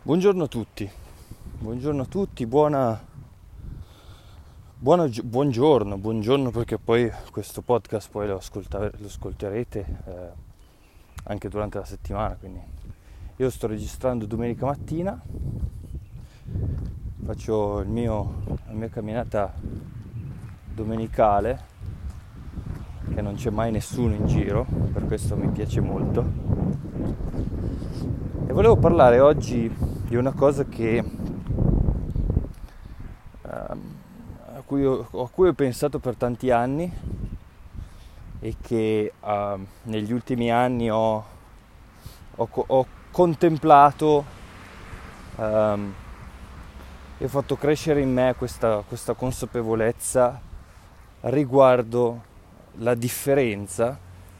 Buongiorno a tutti, buongiorno perché poi questo podcast poi lo ascolterete anche durante la settimana, quindi io sto registrando domenica mattina, faccio la mia camminata domenicale, che non c'è mai nessuno in giro, per questo mi piace molto. E volevo parlare oggi di una cosa a cui ho pensato per tanti anni e che negli ultimi anni ho contemplato e ho fatto crescere in me questa consapevolezza riguardo la differenza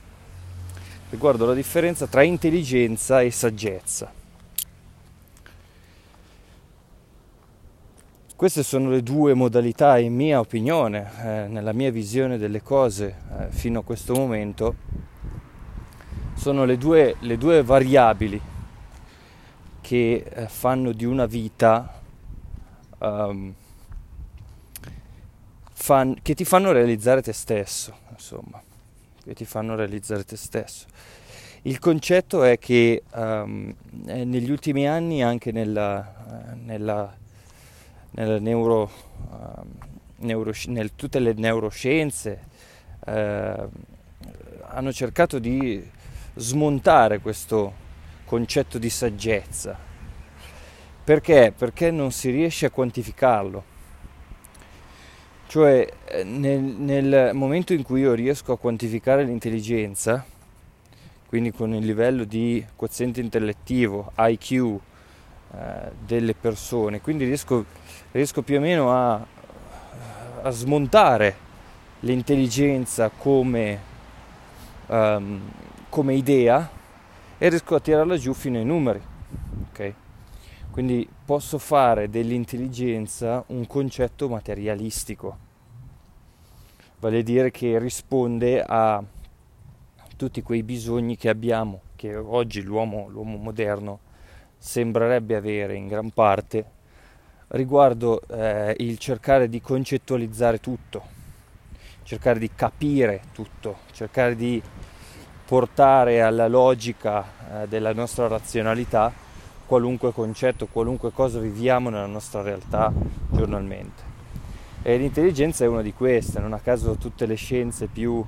tra intelligenza e saggezza. Queste sono le due modalità, in mia opinione, nella mia visione delle cose fino a questo momento, sono le due variabili che fanno di una vita, che ti fanno realizzare te stesso, insomma, che ti fanno realizzare te stesso. Il concetto è che negli ultimi anni anche tutte le neuroscienze hanno cercato di smontare questo concetto di saggezza. Perché? Perché non si riesce a quantificarlo. Cioè nel momento in cui io riesco a quantificare l'intelligenza, quindi con il livello di quoziente intellettivo, IQ, delle persone, quindi riesco più o meno a smontare l'intelligenza come idea e riesco a tirarla giù fino ai numeri, ok? Quindi posso fare dell'intelligenza un concetto materialistico, vale a dire che risponde a tutti quei bisogni che abbiamo, che oggi l'uomo moderno sembrerebbe avere in gran parte, riguardo il cercare di concettualizzare tutto, cercare di capire tutto, cercare di portare alla logica della nostra razionalità qualunque concetto, qualunque cosa viviamo nella nostra realtà giornalmente. E l'intelligenza è una di queste, non a caso tutte le scienze più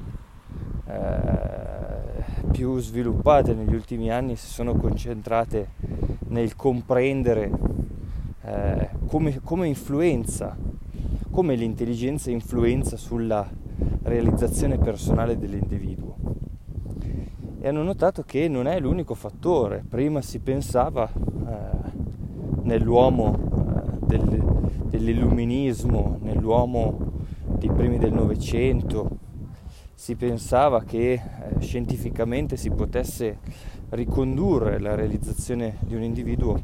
sviluppate negli ultimi anni si sono concentrate nel comprendere come l'intelligenza influenza sulla realizzazione personale dell'individuo. E hanno notato che non è l'unico fattore. Prima si pensava nell'uomo dell'illuminismo, nell'uomo dei primi del Novecento, si pensava che scientificamente si potesse ricondurre la realizzazione di un individuo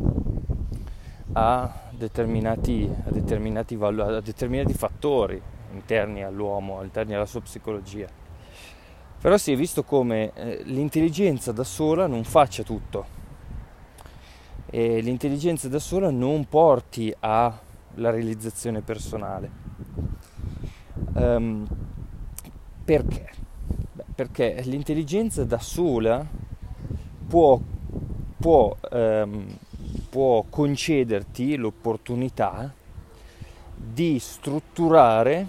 a determinati fattori interni all'uomo, interni alla sua psicologia. Però si è visto come l'intelligenza da sola non faccia tutto e l'intelligenza da sola non porti alla realizzazione personale. Perché? Perché l'intelligenza da sola può concederti l'opportunità di strutturare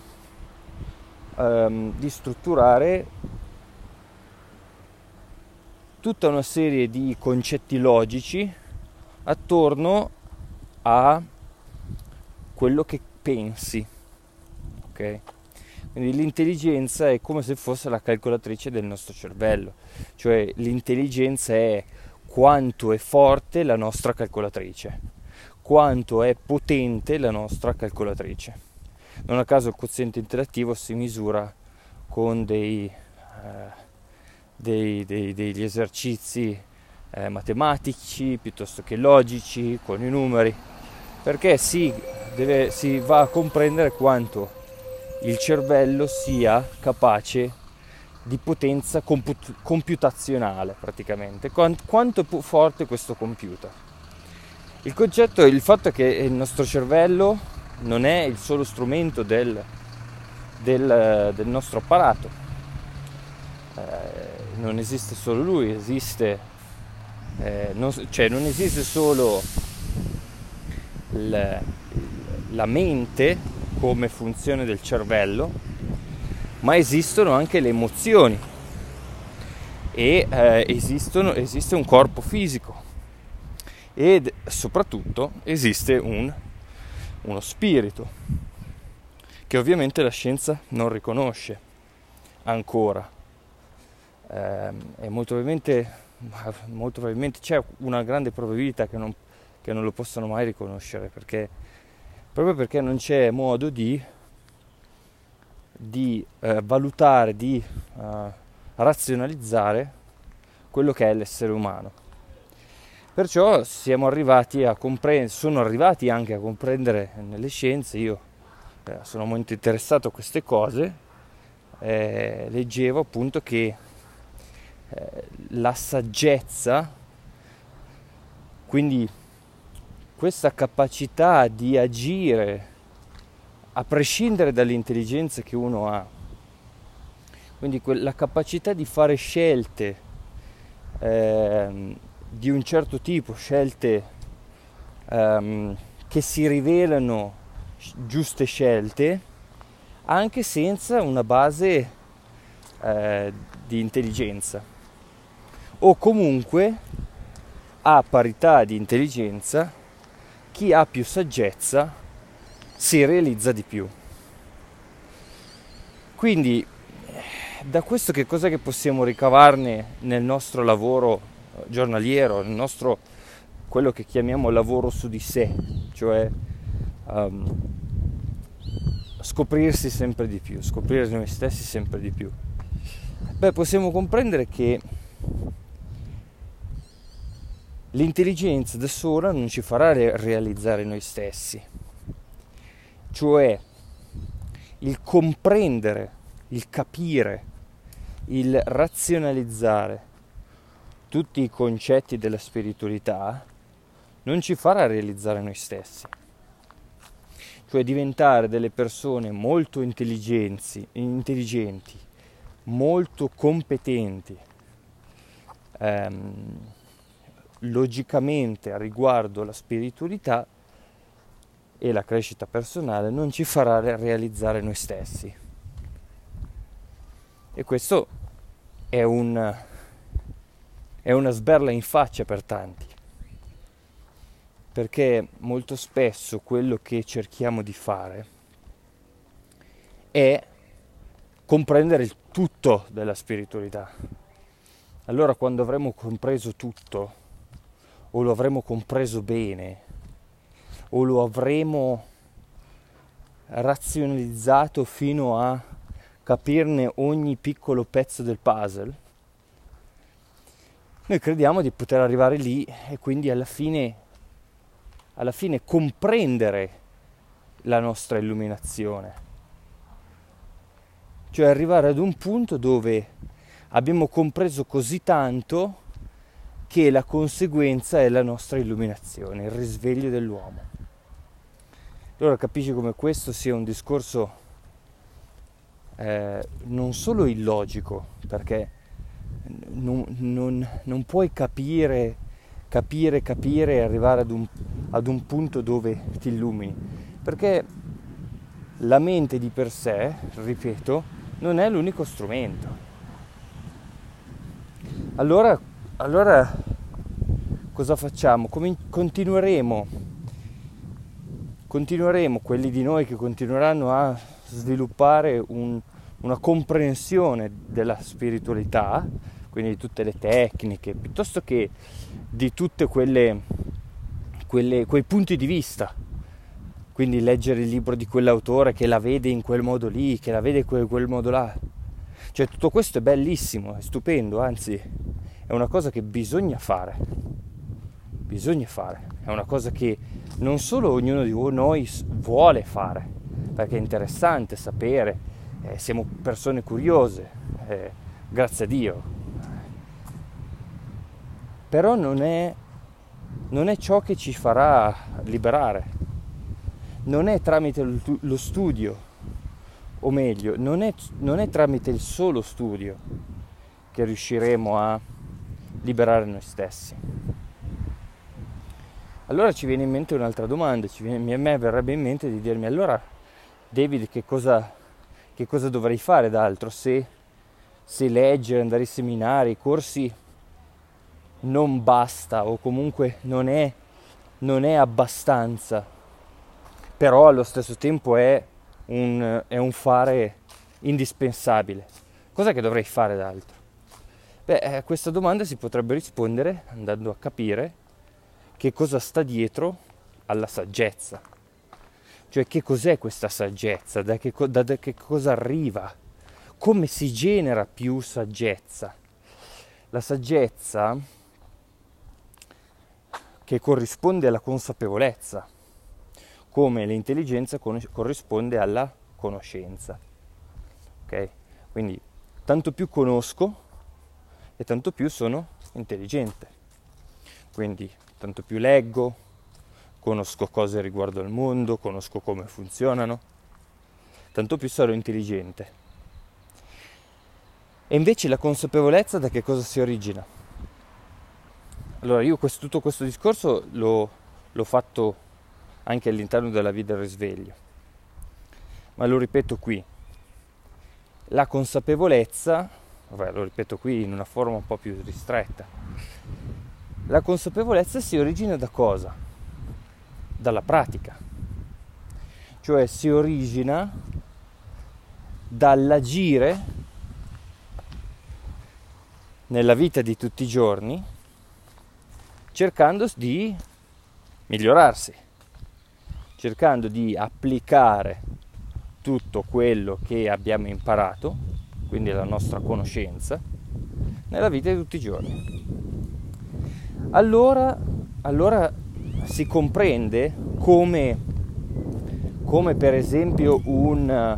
tutta una serie di concetti logici attorno a quello che pensi, ok? Quindi l'intelligenza è come se fosse la calcolatrice del nostro cervello, cioè l'intelligenza è quanto è forte la nostra calcolatrice, quanto è potente la nostra calcolatrice. Non a caso il quoziente intellettivo si misura con degli esercizi matematici piuttosto che logici, con i numeri, perché si va a comprendere quanto il cervello sia capace di potenza computazionale, praticamente, quanto è forte questo computer. Il concetto è il fatto che il nostro cervello non è il solo strumento del nostro apparato. Non esiste solo lui, esiste non esiste solo la mente come funzione del cervello, ma esistono anche le emozioni e esiste un corpo fisico ed soprattutto esiste uno spirito che ovviamente la scienza non riconosce ancora. E molto probabilmente c'è una grande probabilità che non lo possano mai riconoscere, proprio perché non c'è modo di valutare, di razionalizzare quello che è l'essere umano. Perciò sono arrivati anche a comprendere nelle scienze. Io sono molto interessato a queste cose, leggevo appunto che la saggezza, quindi questa capacità di agire a prescindere dall'intelligenza che uno ha, quindi la capacità di fare scelte di un certo tipo, scelte che si rivelano giuste scelte anche senza una base di intelligenza, o comunque a parità di intelligenza chi ha più saggezza si realizza di più. Quindi da questo che cos'è che possiamo ricavarne nel nostro lavoro giornaliero, nel nostro quello che chiamiamo lavoro su di sé, cioè scoprirsi sempre di più, scoprire noi stessi sempre di più? Possiamo comprendere che l'intelligenza da sola non ci farà realizzare noi stessi, cioè il comprendere, il capire, il razionalizzare tutti i concetti della spiritualità non ci farà realizzare noi stessi, cioè diventare delle persone molto intelligenti, molto competenti logicamente a riguardo la spiritualità e la crescita personale non ci farà realizzare noi stessi. E questo è una sberla in faccia per tanti, perché molto spesso quello che cerchiamo di fare è comprendere il tutto della spiritualità. Allora quando avremo compreso tutto, o lo avremo compreso bene, o lo avremo razionalizzato fino a capirne ogni piccolo pezzo del puzzle, noi crediamo di poter arrivare lì e quindi alla fine comprendere la nostra illuminazione, cioè arrivare ad un punto dove abbiamo compreso così tanto che la conseguenza è la nostra illuminazione, il risveglio dell'uomo. Allora capisci come questo sia un discorso non solo illogico, perché non puoi capire e arrivare ad un punto dove ti illumini, perché la mente di per sé, ripeto, non è l'unico strumento. Allora cosa facciamo? Continueremo, quelli di noi che continueranno a sviluppare una comprensione della spiritualità, quindi di tutte le tecniche, piuttosto che di tutte quei punti di vista. Quindi leggere il libro di quell'autore che la vede in quel modo lì, che la vede in quel modo là. Cioè tutto questo è bellissimo, è stupendo, anzi è una cosa che bisogna fare, è una cosa che non solo ognuno di noi vuole fare, perché è interessante sapere, siamo persone curiose, grazie a Dio, però non è non è ciò che ci farà liberare, non è tramite lo studio, o meglio, non è tramite il solo studio che riusciremo a liberare noi stessi. Allora ci viene in mente un'altra domanda, a me verrebbe in mente di dirmi: allora David, che cosa dovrei fare d'altro se leggere, andare ai seminari, ai corsi non basta, o comunque non è abbastanza, però allo stesso tempo è un fare indispensabile. Cos'è che dovrei fare d'altro? A questa domanda si potrebbe rispondere andando a capire che cosa sta dietro alla saggezza. Cioè, che cos'è questa saggezza? Da che cosa arriva? Come si genera più saggezza? La saggezza che corrisponde alla consapevolezza, come l'intelligenza corrisponde alla conoscenza. Ok? Quindi tanto più conosco e tanto più sono intelligente. Quindi tanto più leggo, conosco cose riguardo al mondo, conosco come funzionano, tanto più sarò intelligente. E invece la consapevolezza da che cosa si origina? Allora, io tutto questo discorso l'ho fatto anche all'interno della via del risveglio, ma lo ripeto qui. La consapevolezza, lo ripeto qui in una forma un po' più ristretta, la consapevolezza si origina da cosa? Dalla pratica, cioè si origina dall'agire nella vita di tutti i giorni cercando di migliorarsi, cercando di applicare tutto quello che abbiamo imparato, quindi la nostra conoscenza, nella vita di tutti i giorni. Allora si comprende come per esempio un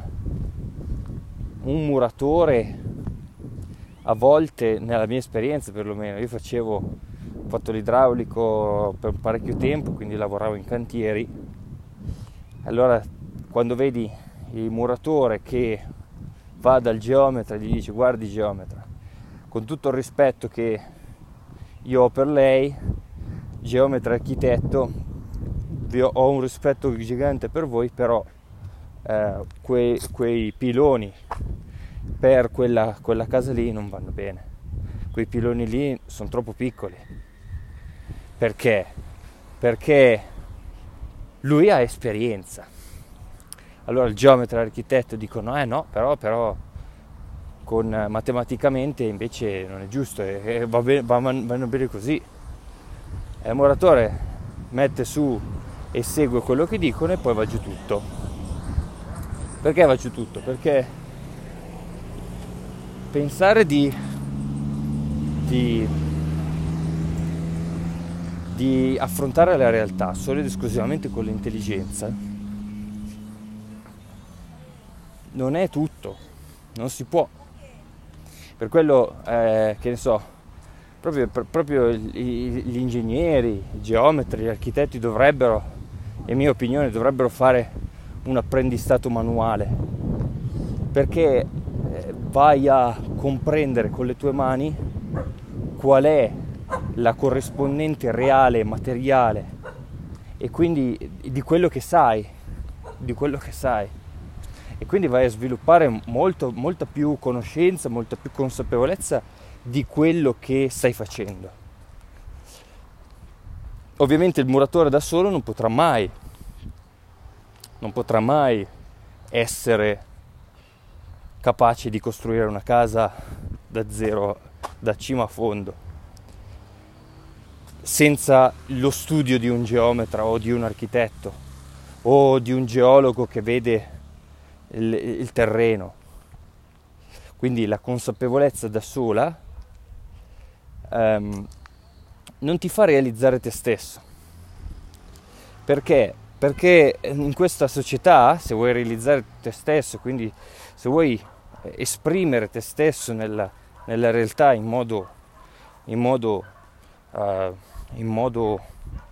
muratore, a volte, nella mia esperienza perlomeno, io ho fatto l'idraulico per parecchio tempo, quindi lavoravo in cantieri. Allora quando vedi il muratore che va dal geometra e gli dice: guardi geometra, con tutto il rispetto che io ho per lei, geometra e architetto, ho un rispetto gigante per voi, però quei piloni per quella casa lì non vanno bene, quei piloni lì sono troppo piccoli. Perché? Perché lui ha esperienza. Allora il geometra e l'architetto dicono: no, però matematicamente invece non è giusto, e vanno bene così. E il muratore mette su e segue quello che dicono e poi va giù tutto. Perché va giù tutto? Perché pensare di affrontare la realtà solo ed esclusivamente con l'intelligenza non è tutto, non si può. Per quello che ne so, proprio gli ingegneri, i geometri, gli architetti dovrebbero, in mia opinione, fare un apprendistato manuale, perché vai a comprendere con le tue mani qual è la corrispondente reale materiale, e quindi di quello che sai, e quindi vai a sviluppare molta più conoscenza, molta più consapevolezza di quello che stai facendo. Ovviamente il muratore da solo non potrà mai essere capace di costruire una casa da zero, da cima a fondo, senza lo studio di un geometra o di un architetto o di un geologo che vede il terreno. Quindi la consapevolezza da sola non ti fa realizzare te stesso. Perché? Perché in questa società, se vuoi realizzare te stesso, quindi se vuoi esprimere te stesso nella realtà in modo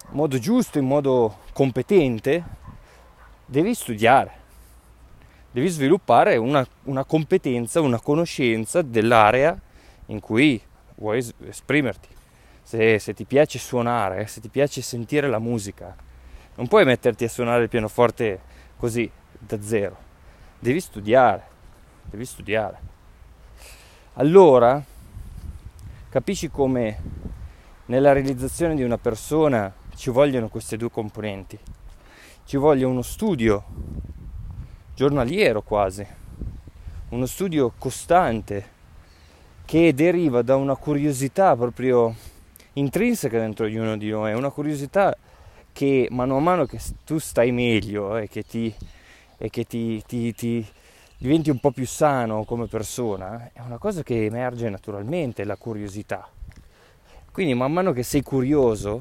modo giusto, in modo competente, devi studiare, devi sviluppare una competenza, una conoscenza dell'area in cui vuoi esprimerti. Se ti piace suonare, se ti piace sentire la musica, non puoi metterti a suonare il pianoforte così, da zero. Devi studiare. Allora capisci come nella realizzazione di una persona ci vogliono queste due componenti. Ci voglia uno studio giornaliero quasi, uno studio costante che deriva da una curiosità proprio intrinseca dentro di ognuno di noi, una curiosità che mano a mano che tu stai meglio e che ti diventi un po' più sano come persona, è una cosa che emerge naturalmente, la curiosità. Quindi man mano che sei curioso,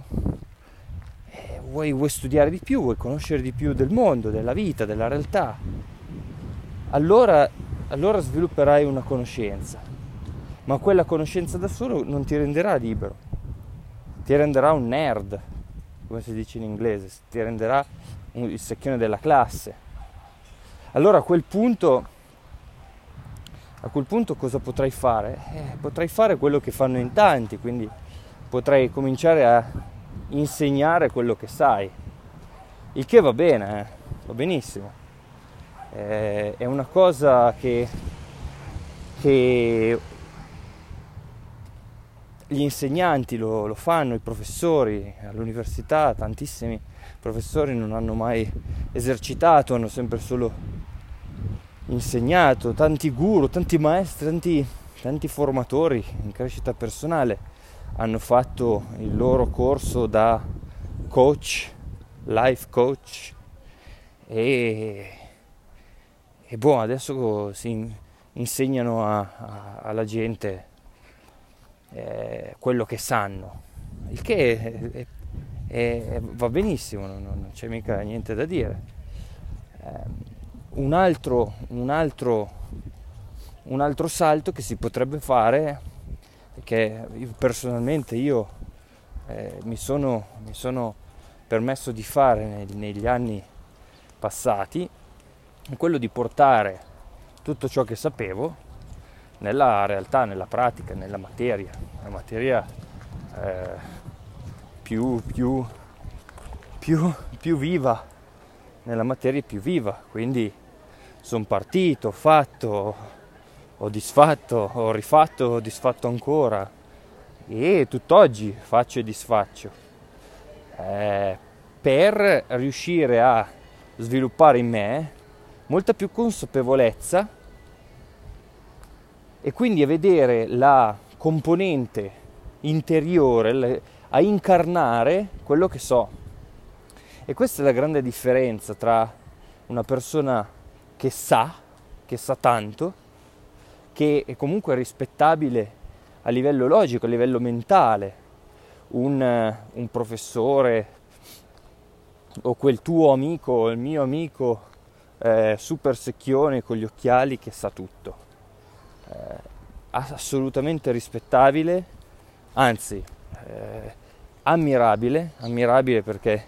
vuoi studiare di più, vuoi conoscere di più del mondo, della vita, della realtà, allora svilupperai una conoscenza, ma quella conoscenza da solo non ti renderà libero, ti renderà un nerd, come si dice in inglese, ti renderà il secchione della classe. Allora a quel punto cosa potrai fare? Potrai fare quello che fanno in tanti, quindi potrai cominciare a insegnare quello che sai, il che va bene, va benissimo. È una cosa che gli insegnanti lo fanno, i professori all'università, tantissimi professori non hanno mai esercitato, hanno sempre solo insegnato, tanti guru, tanti maestri, tanti formatori in crescita personale hanno fatto il loro corso da coach, life coach e adesso si insegnano alla gente quello che sanno, il che va benissimo, non c'è mica niente da dire. Un altro salto che si potrebbe fare, che personalmente io mi sono permesso di fare negli anni passati, è quello di portare tutto ciò che sapevo nella realtà, nella pratica, nella materia, la materia più viva, nella materia più viva. Quindi sono partito, ho fatto, ho disfatto, ho rifatto, ho disfatto ancora e tutt'oggi faccio e disfaccio per riuscire a sviluppare in me molta più consapevolezza e quindi a vedere la componente interiore, a incarnare quello che so. E questa è la grande differenza tra una persona che sa tanto, che è comunque rispettabile a livello logico, a livello mentale, un professore o quel tuo amico, il mio amico super secchione con gli occhiali che sa tutto. Assolutamente rispettabile, anzi ammirabile perché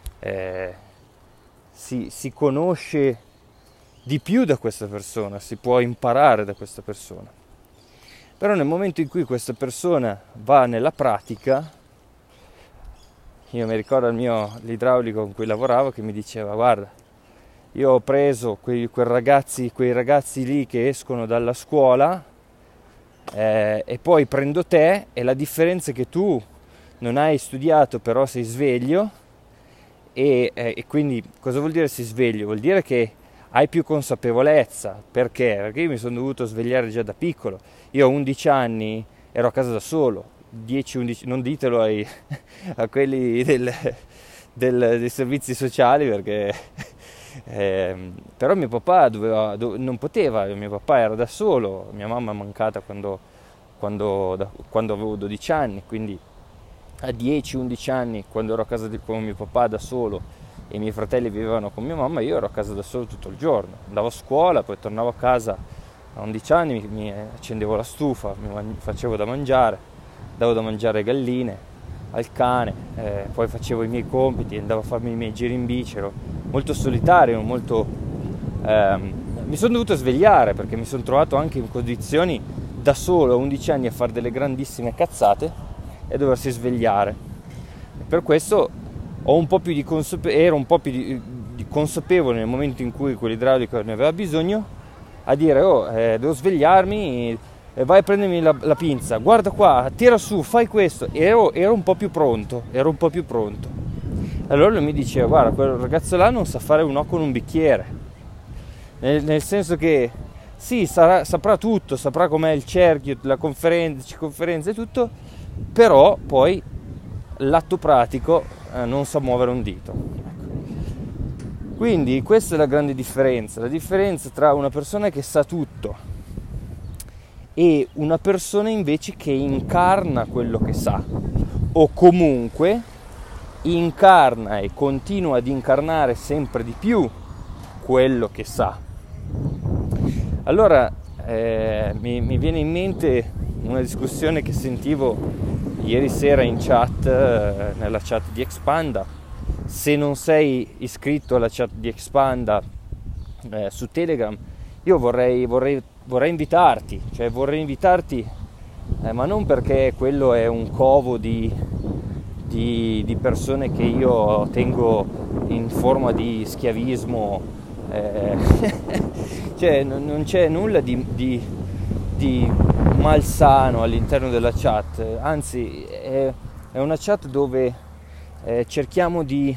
si conosce di più da questa persona, si può imparare da questa persona. Però nel momento in cui questa persona va nella pratica, io mi ricordo l'idraulico con cui lavoravo che mi diceva: guarda, io ho preso quei ragazzi lì che escono dalla scuola e poi prendo te, e la differenza è che tu non hai studiato però sei sveglio e quindi cosa vuol dire sei sveglio? Vuol dire che hai più consapevolezza. Perché? Perché io mi sono dovuto svegliare già da piccolo. Io a 11 anni ero a casa da solo, 10-11, non ditelo a quelli dei servizi sociali perché però mio papà non poteva, mio papà era da solo, mia mamma è mancata quando avevo 12 anni, quindi a 10-11 anni, quando ero a casa con mio papà da solo e i miei fratelli vivevano con mia mamma, io ero a casa da solo tutto il giorno, andavo a scuola, poi tornavo a casa a 11 anni, mi accendevo la stufa, mi facevo da mangiare, davo da mangiare galline al cane, poi facevo i miei compiti, andavo a farmi i miei giri in bici, ero molto solitario, mi sono dovuto svegliare perché mi sono trovato anche in condizioni da solo a 11 anni a fare delle grandissime cazzate e doversi svegliare. E per questo ero un po' più di consapevole nel momento in cui quell'idraulico ne aveva bisogno, a dire devo svegliarmi, vai a prendermi la pinza, guarda qua, tira su, fai questo. Ero un po' più pronto. Allora lui mi diceva: guarda, quel ragazzo là non sa fare un O con un bicchiere, nel senso che sì, saprà tutto, saprà com'è il cerchio, la conferenza e tutto, però poi l'atto pratico non sa muovere un dito. Quindi questa è la grande differenza, la differenza tra una persona che sa tutto e una persona invece che incarna quello che sa, o comunque incarna e continua ad incarnare sempre di più quello che sa. Allora mi viene in mente una discussione che sentivo ieri sera in chat, nella chat di Expanda. Se non sei iscritto alla chat di Expanda su Telegram, io vorrei invitarti, ma non perché quello è un covo di persone che io tengo in forma di schiavismo, cioè non c'è nulla di malsano all'interno della chat, anzi è una chat dove cerchiamo di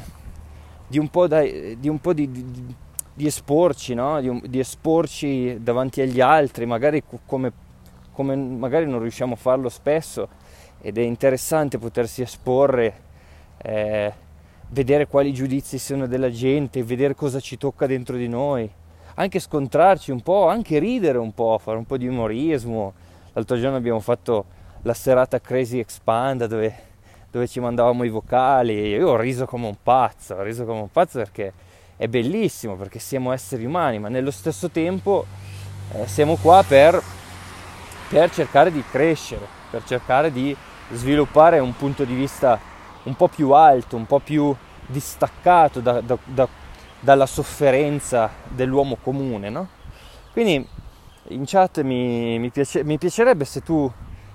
esporci, no? di esporci davanti agli altri, magari come magari non riusciamo a farlo spesso, ed è interessante potersi esporre, vedere quali giudizi sono della gente, vedere cosa ci tocca dentro di noi, anche scontrarci un po', anche ridere un po', fare un po' di umorismo. L'altro giorno abbiamo fatto la serata Crazy Expanda dove ci mandavamo i vocali, e io ho riso come un pazzo perché è bellissimo, perché siamo esseri umani, ma nello stesso tempo siamo qua per cercare di crescere, per cercare di sviluppare un punto di vista un po' più alto, un po' più distaccato dalla sofferenza dell'uomo comune, no? Quindi in chat mi piacerebbe se tu,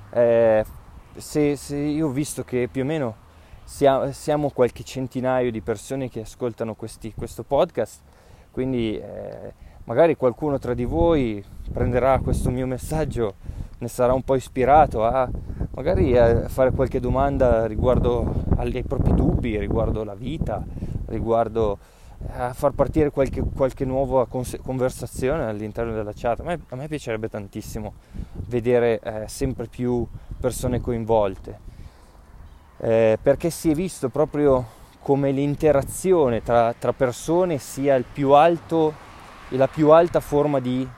se io ho visto che più o meno siamo qualche centinaio di persone che ascoltano questo podcast, quindi magari qualcuno tra di voi prenderà questo mio messaggio, ne sarà un po' ispirato a fare qualche domanda riguardo ai propri dubbi, riguardo la vita, riguardo a far partire qualche nuova conversazione all'interno della chat. A me piacerebbe tantissimo vedere sempre più persone coinvolte, perché si è visto proprio come l'interazione tra persone sia la più alta forma di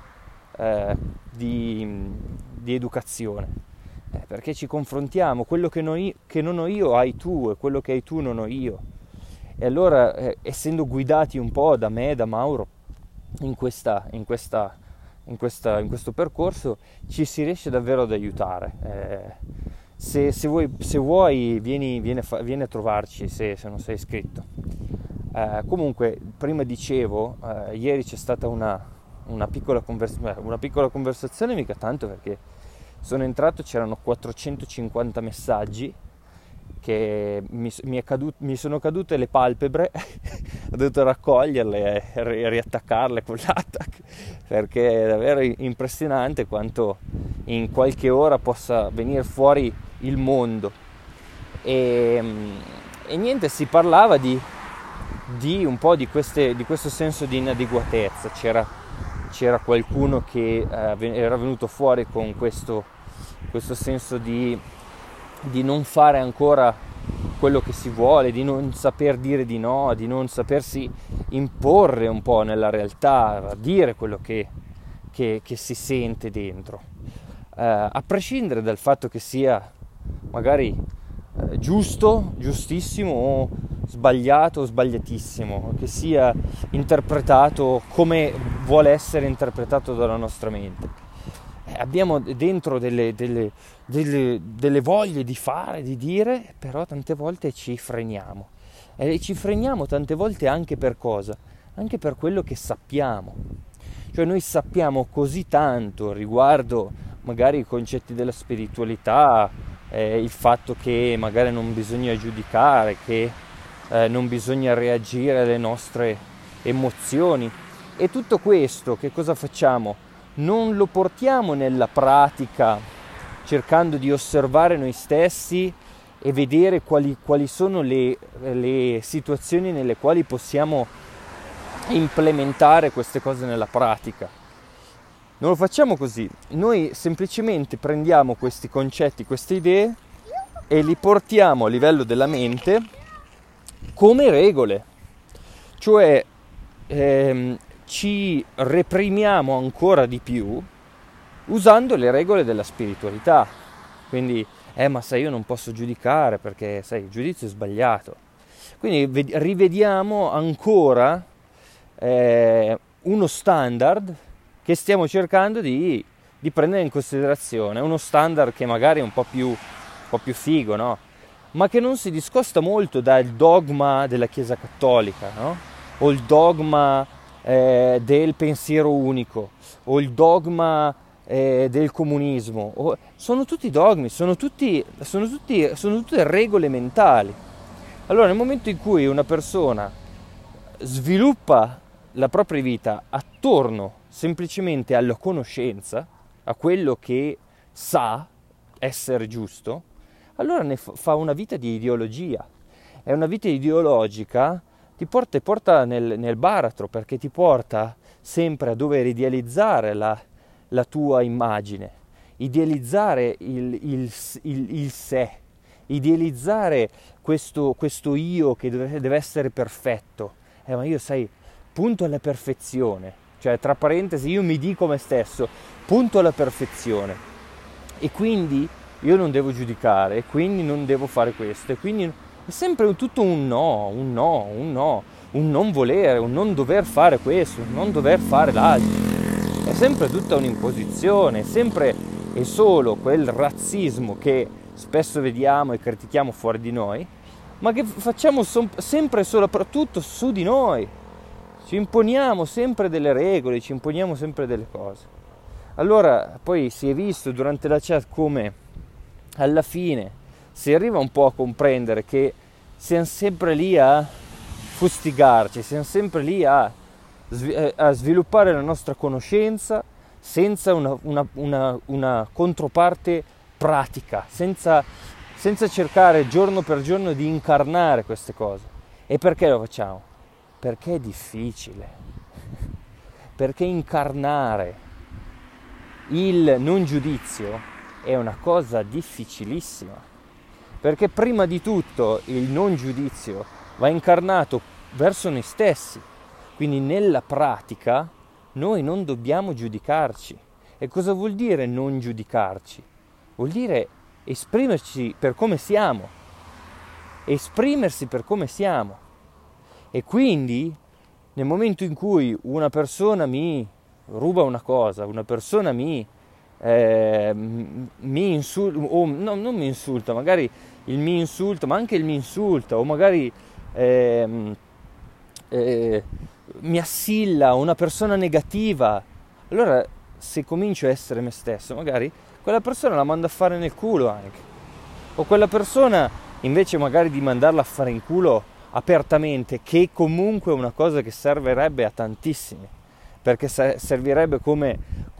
educazione, perché ci confrontiamo, quello che non ho io hai tu, e quello che hai tu non ho io. E allora, essendo guidati un po' da me, da Mauro, in questo percorso, ci si riesce davvero ad aiutare. Se vuoi vieni a trovarci, se non sei iscritto. Comunque, prima dicevo, ieri c'è stata una piccola conversazione, mica tanto, perché sono entrato, c'erano 450 messaggi che mi sono cadute le palpebre, ho dovuto raccoglierle e riattaccarle con l'attack, perché è davvero impressionante quanto in qualche ora possa venire fuori il mondo. E niente, si parlava di un po' di questo senso di inadeguatezza. C'era qualcuno che era venuto fuori con questo senso di non fare ancora quello che si vuole, di non saper dire di no, di non sapersi imporre un po' nella realtà, dire quello che si sente dentro, a prescindere dal fatto che sia magari giusto, giustissimo, o sbagliato o sbagliatissimo, che sia interpretato come vuole essere interpretato dalla nostra mente. abbiamo dentro delle voglie di fare, di dire, però tante volte ci freniamo. E ci freniamo tante volte anche per cosa? Anche per quello che sappiamo. Cioè noi sappiamo così tanto riguardo magari i concetti della spiritualità, il fatto che magari non bisogna giudicare, che non bisogna reagire alle nostre emozioni. E tutto questo che cosa facciamo? Non lo portiamo nella pratica cercando di osservare noi stessi e vedere quali sono le situazioni nelle quali possiamo implementare queste cose nella pratica. Non lo facciamo così, noi semplicemente prendiamo questi concetti, queste idee e li portiamo a livello della mente come regole, cioè ci reprimiamo ancora di più usando le regole della spiritualità. Quindi, ma sai, io non posso giudicare perché, sai, il giudizio è sbagliato. Quindi rivediamo ancora uno standard che stiamo cercando di prendere in considerazione, uno standard che magari è un po' più figo, no? Ma che non si discosta molto dal dogma della Chiesa Cattolica, no? O il dogma del pensiero unico, o il dogma del comunismo. Sono tutti dogmi, sono tutte regole mentali. Allora, nel momento in cui una persona sviluppa la propria vita attorno semplicemente alla conoscenza, a quello che sa essere giusto, allora ne fa una vita di ideologia. E una vita ideologica ti porta nel baratro, perché ti porta sempre a dover idealizzare la tua immagine, idealizzare il sé, idealizzare questo io che deve essere perfetto. Ma io, sai, punto alla perfezione, cioè tra parentesi io mi dico me stesso, punto alla perfezione, e quindi io non devo giudicare, e quindi non devo fare questo, e quindi è sempre tutto un non volere, un non dover fare questo, un non dover fare l'altro, è sempre tutta un'imposizione, sempre e solo quel razzismo che spesso vediamo e critichiamo fuori di noi, ma che facciamo sempre e soprattutto su di noi. Ci imponiamo sempre delle regole, ci imponiamo sempre delle cose. Allora poi si è visto durante la chat come alla fine si arriva un po' a comprendere che siamo sempre lì a fustigarci, siamo sempre lì a sviluppare la nostra conoscenza senza una controparte pratica, senza cercare giorno per giorno di incarnare queste cose. E perché lo facciamo? Perché è difficile, perché incarnare il non giudizio è una cosa difficilissima, perché prima di tutto il non giudizio va incarnato verso noi stessi, quindi nella pratica noi non dobbiamo giudicarci. E cosa vuol dire non giudicarci? Vuol dire esprimerci per come siamo, esprimersi per come siamo. E quindi nel momento in cui una persona mi ruba una cosa, una persona mi insulta, o no, non mi insulta, magari il mi insulta, ma anche il mi insulta, o magari mi assilla una persona negativa, allora se comincio a essere me stesso, magari quella persona la mando a fare nel culo anche, o quella persona invece magari di mandarla a fare in culo apertamente, che comunque è una cosa che servirebbe a tantissimi, perché servirebbe come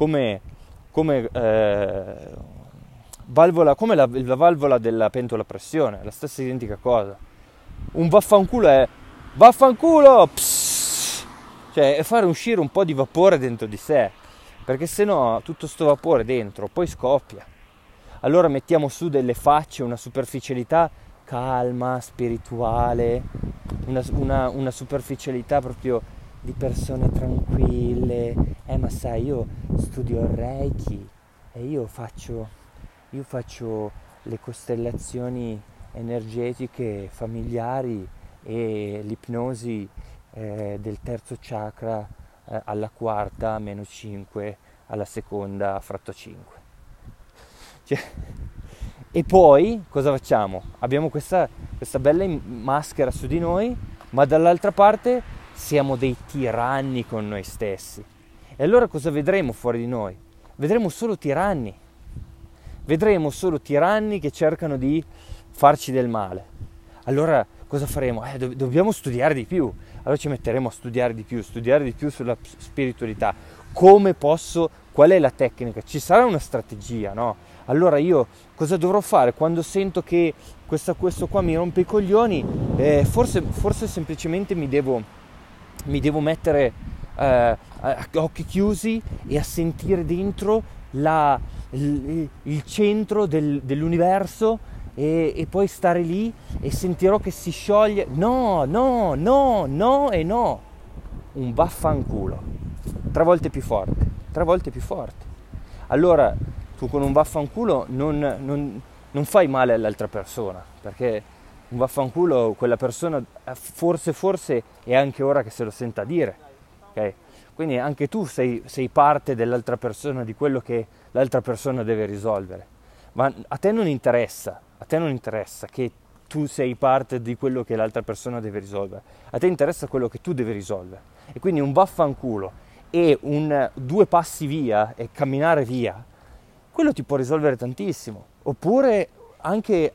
valvola, come la valvola della pentola a pressione, la stessa identica cosa. Un vaffanculo è vaffanculo, pss! Cioè è fare uscire un po' di vapore dentro di sé, perché sennò tutto sto vapore dentro poi scoppia. Allora mettiamo su delle facce, una superficialità calma, spirituale, una superficialità proprio di persone tranquille. Ma sai, io studio il Reiki e io faccio le costellazioni energetiche familiari e l'ipnosi del terzo chakra alla quarta, -5 alla seconda fratto 5. Cioè, e poi cosa facciamo? Abbiamo questa bella maschera su di noi, ma dall'altra parte siamo dei tiranni con noi stessi. E allora cosa vedremo fuori di noi? Vedremo solo tiranni. Vedremo solo tiranni che cercano di farci del male. Allora cosa faremo? Dobbiamo studiare di più. Allora ci metteremo a studiare di più sulla spiritualità. Come posso? Qual è la tecnica? Ci sarà una strategia, no? Allora io cosa dovrò fare quando sento che questo qua mi rompe i coglioni? Forse semplicemente mi devo mettere a occhi chiusi e a sentire dentro il centro dell'universo e poi stare lì e sentirò che si scioglie. No, e no. Un vaffanculo. 3 volte più forte. Allora tu con un vaffanculo non fai male all'altra persona, perché un vaffanculo quella persona forse è anche ora che se lo senta dire, ok? Quindi anche tu sei parte dell'altra persona, di quello che l'altra persona deve risolvere, ma a te non interessa che tu sei parte di quello che l'altra persona deve risolvere, a te interessa quello che tu devi risolvere. E quindi un vaffanculo e 2 passi via e camminare via, quello ti può risolvere tantissimo. Oppure anche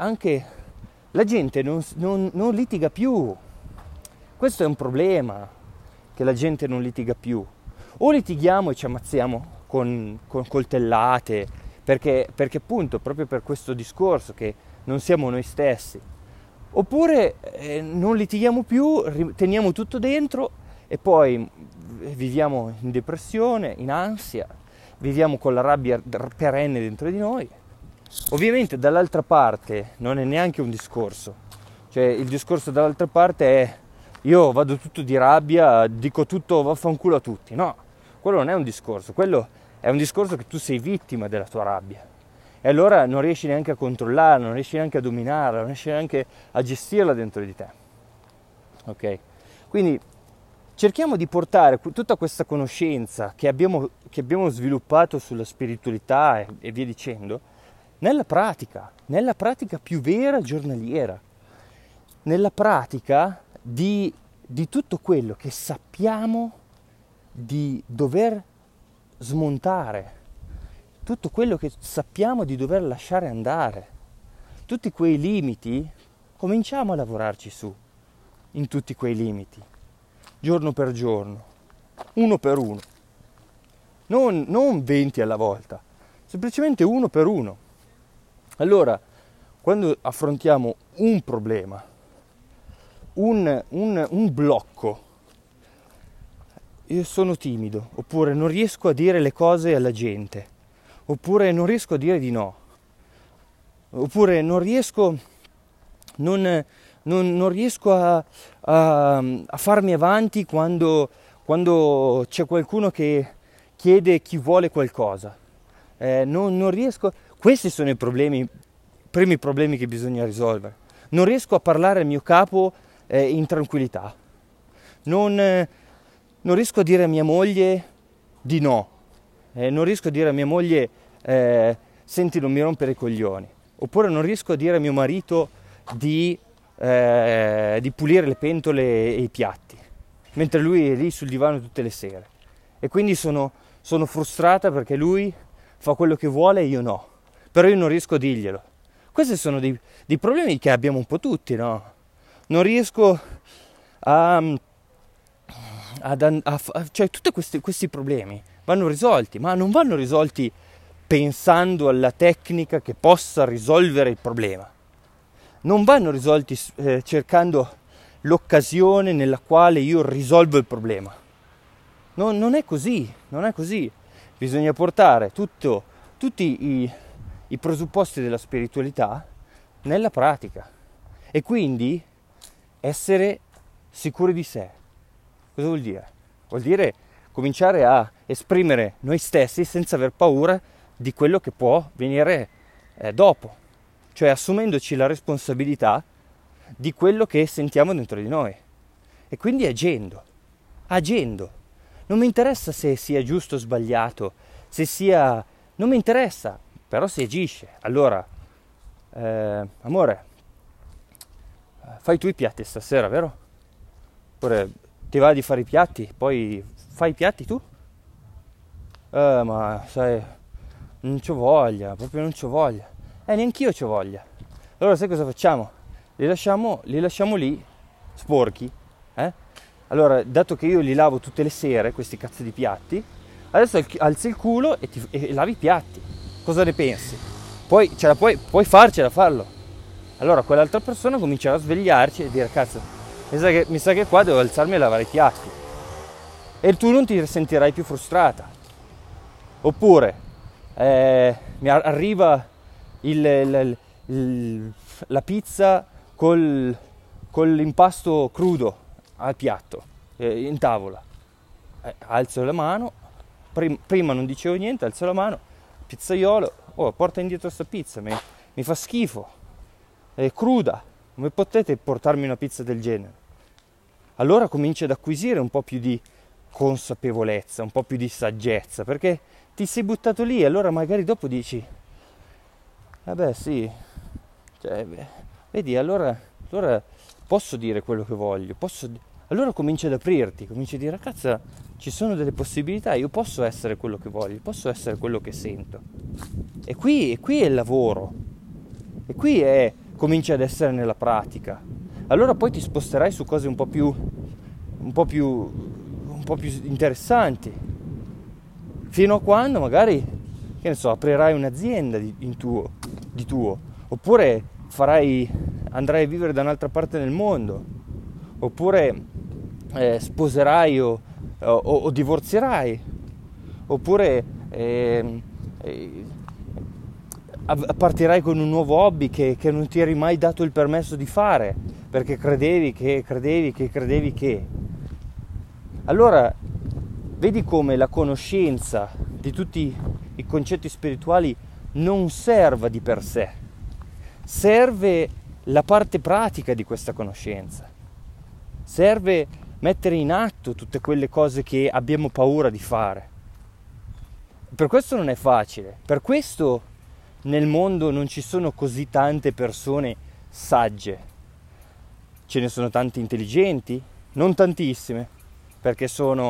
la gente non litiga più. Questo è un problema, che la gente non litiga più. O litighiamo e ci ammazziamo con coltellate, perché appunto proprio per questo discorso che non siamo noi stessi. Oppure non litighiamo più, teniamo tutto dentro e poi viviamo in depressione, in ansia, viviamo con la rabbia perenne dentro di noi. Ovviamente dall'altra parte non è neanche un discorso, cioè il discorso dall'altra parte è io vado tutto di rabbia, dico tutto vaffanculo a tutti. No, quello non è un discorso, quello è un discorso che tu sei vittima della tua rabbia e allora non riesci neanche a controllarla, non riesci neanche a dominarla, non riesci neanche a gestirla dentro di te. Ok? Quindi cerchiamo di portare tutta questa conoscenza che abbiamo sviluppato sulla spiritualità e via dicendo nella pratica più vera giornaliera, nella pratica di tutto quello che sappiamo di dover smontare, tutto quello che sappiamo di dover lasciare andare, tutti quei limiti, cominciamo a lavorarci su, in tutti quei limiti, giorno per giorno, uno per uno, non 20 alla volta, semplicemente uno per uno. Allora, quando affrontiamo un problema, un blocco, io sono timido, oppure non riesco a dire le cose alla gente, oppure non riesco a dire di no, oppure non riesco a farmi avanti quando c'è qualcuno che chiede chi vuole qualcosa, non riesco. Questi sono i primi problemi che bisogna risolvere. Non riesco a parlare al mio capo in tranquillità. Non riesco a dire a mia moglie di no. Non riesco a dire a mia moglie senti, non mi rompere i coglioni. Oppure non riesco a dire a mio marito di pulire le pentole e i piatti, mentre lui è lì sul divano tutte le sere. E quindi sono frustrata perché lui fa quello che vuole e io no. Però io non riesco a dirglielo. Questi sono dei problemi che abbiamo un po' tutti, no? Non riesco cioè tutti questi problemi vanno risolti, ma non vanno risolti pensando alla tecnica che possa risolvere il problema. Non vanno risolti cercando l'occasione nella quale io risolvo il problema. Non è così. Bisogna portare tutti i presupposti della spiritualità nella pratica e quindi essere sicuri di sé. Cosa vuol dire? Vuol dire cominciare a esprimere noi stessi senza aver paura di quello che può venire dopo, cioè assumendoci la responsabilità di quello che sentiamo dentro di noi e quindi agendo. Non mi interessa se sia giusto o sbagliato, se sia... non mi interessa, però si agisce. Allora, amore, fai tu i piatti stasera, vero? Oppure ti va di fare i piatti, poi fai i piatti tu? Ma sai, non c'ho voglia, proprio non c'ho voglia. Neanch'io c'ho voglia. Allora sai cosa facciamo? Li lasciamo lì, sporchi, Allora, dato che io li lavo tutte le sere, questi cazzo di piatti, adesso alzi il culo e lavi i piatti. Cosa ne pensi? Poi puoi farlo. Allora quell'altra persona comincerà a svegliarci e dire, cazzo, mi sa che qua devo alzarmi a lavare i piatti. E tu non ti sentirai più frustrata. Oppure mi arriva la pizza con l'impasto crudo al piatto, in tavola. Alzo la mano, prima non dicevo niente, alzo la mano, pizzaiolo, porta indietro sta pizza, mi fa schifo, è cruda, come potete portarmi una pizza del genere? Allora cominci ad acquisire un po' più di consapevolezza, un po' più di saggezza, perché ti sei buttato lì e allora magari dopo dici, vabbè sì, cioè, vedi, allora posso dire quello che voglio, allora cominci ad aprirti, cominci a dire, cazzo, ci sono delle possibilità, io posso essere quello che voglio, posso essere quello che sento. E qui è il lavoro, e qui cominci ad essere nella pratica. Allora poi ti sposterai su cose un po' più interessanti, fino a quando magari, che ne so, aprirai un'azienda di tuo, oppure andrai a vivere da un'altra parte del mondo, oppure sposerai o divorzierai, oppure partirai con un nuovo hobby che non ti eri mai dato il permesso di fare, perché credevi che. Allora, vedi come la conoscenza di tutti i concetti spirituali non serva di per sé, serve la parte pratica di questa conoscenza, serve mettere in atto tutte quelle cose che abbiamo paura di fare. Per questo non è facile, per questo nel mondo non ci sono così tante persone sagge. Ce ne sono tante intelligenti, non tantissime, perché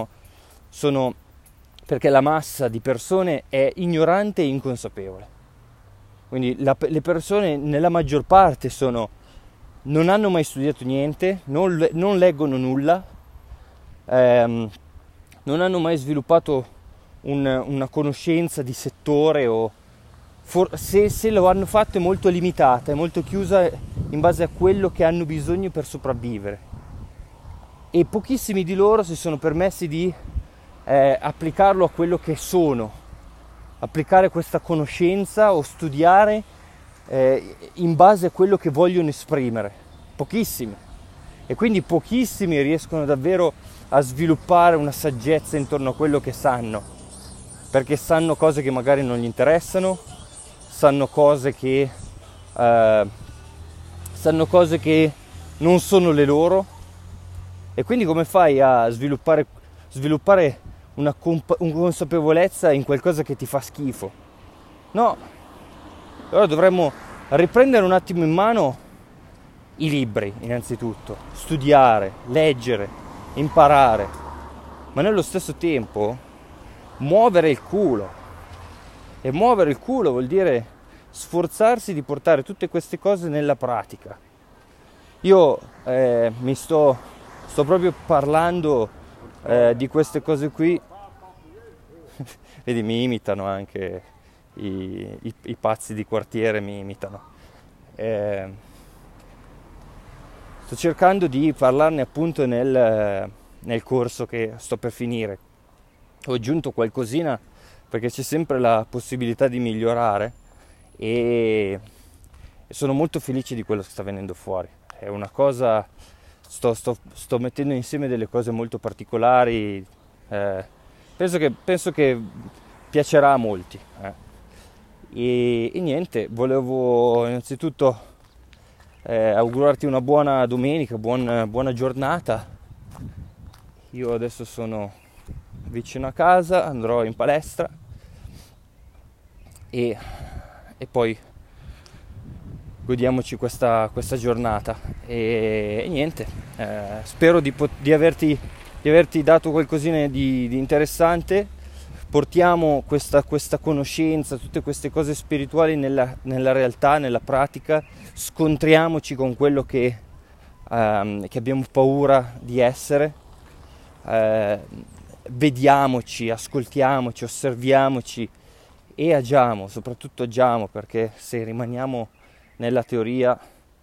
perché la massa di persone è ignorante e inconsapevole. Quindi le persone nella maggior parte non hanno mai studiato niente, non leggono nulla, non hanno mai sviluppato una conoscenza di settore, o se lo hanno fatto è molto limitata, è molto chiusa in base a quello che hanno bisogno per sopravvivere. E pochissimi di loro si sono permessi di applicarlo a quello che sono, applicare questa conoscenza o studiare in base a quello che vogliono esprimere. Pochissimi. E quindi pochissimi riescono davvero a sviluppare una saggezza intorno a quello che sanno, perché sanno cose che magari non gli interessano, sanno cose che non sono le loro. E quindi come fai a sviluppare una consapevolezza in qualcosa che ti fa schifo? No. Allora dovremmo riprendere un attimo in mano i libri, innanzitutto, studiare, leggere, imparare, ma nello stesso tempo muovere il culo. E muovere il culo vuol dire sforzarsi di portare tutte queste cose nella pratica. Io sto proprio parlando di queste cose qui. Vedi, mi imitano anche i pazzi di quartiere, mi imitano. Sto cercando di parlarne appunto nel corso che sto per finire. Ho aggiunto qualcosina perché c'è sempre la possibilità di migliorare e sono molto felice di quello che sta venendo fuori. È una cosa, sto mettendo insieme delle cose molto particolari, penso che piacerà a molti. E niente, volevo innanzitutto augurarti una buona domenica, buona giornata. Io adesso sono vicino a casa, andrò in palestra e poi godiamoci questa giornata e niente, spero di averti dato qualcosina di interessante. Portiamo questa conoscenza, tutte queste cose spirituali nella realtà, nella pratica, scontriamoci con quello che abbiamo paura di essere, vediamoci, ascoltiamoci, osserviamoci e agiamo, soprattutto agiamo, perché se rimaniamo nella teoria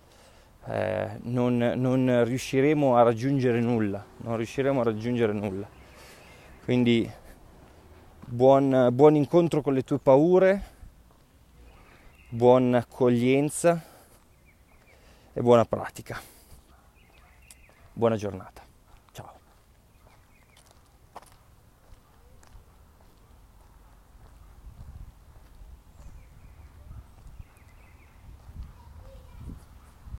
non riusciremo a raggiungere nulla, Quindi buon incontro con le tue paure, buona accoglienza e buona pratica. Buona giornata.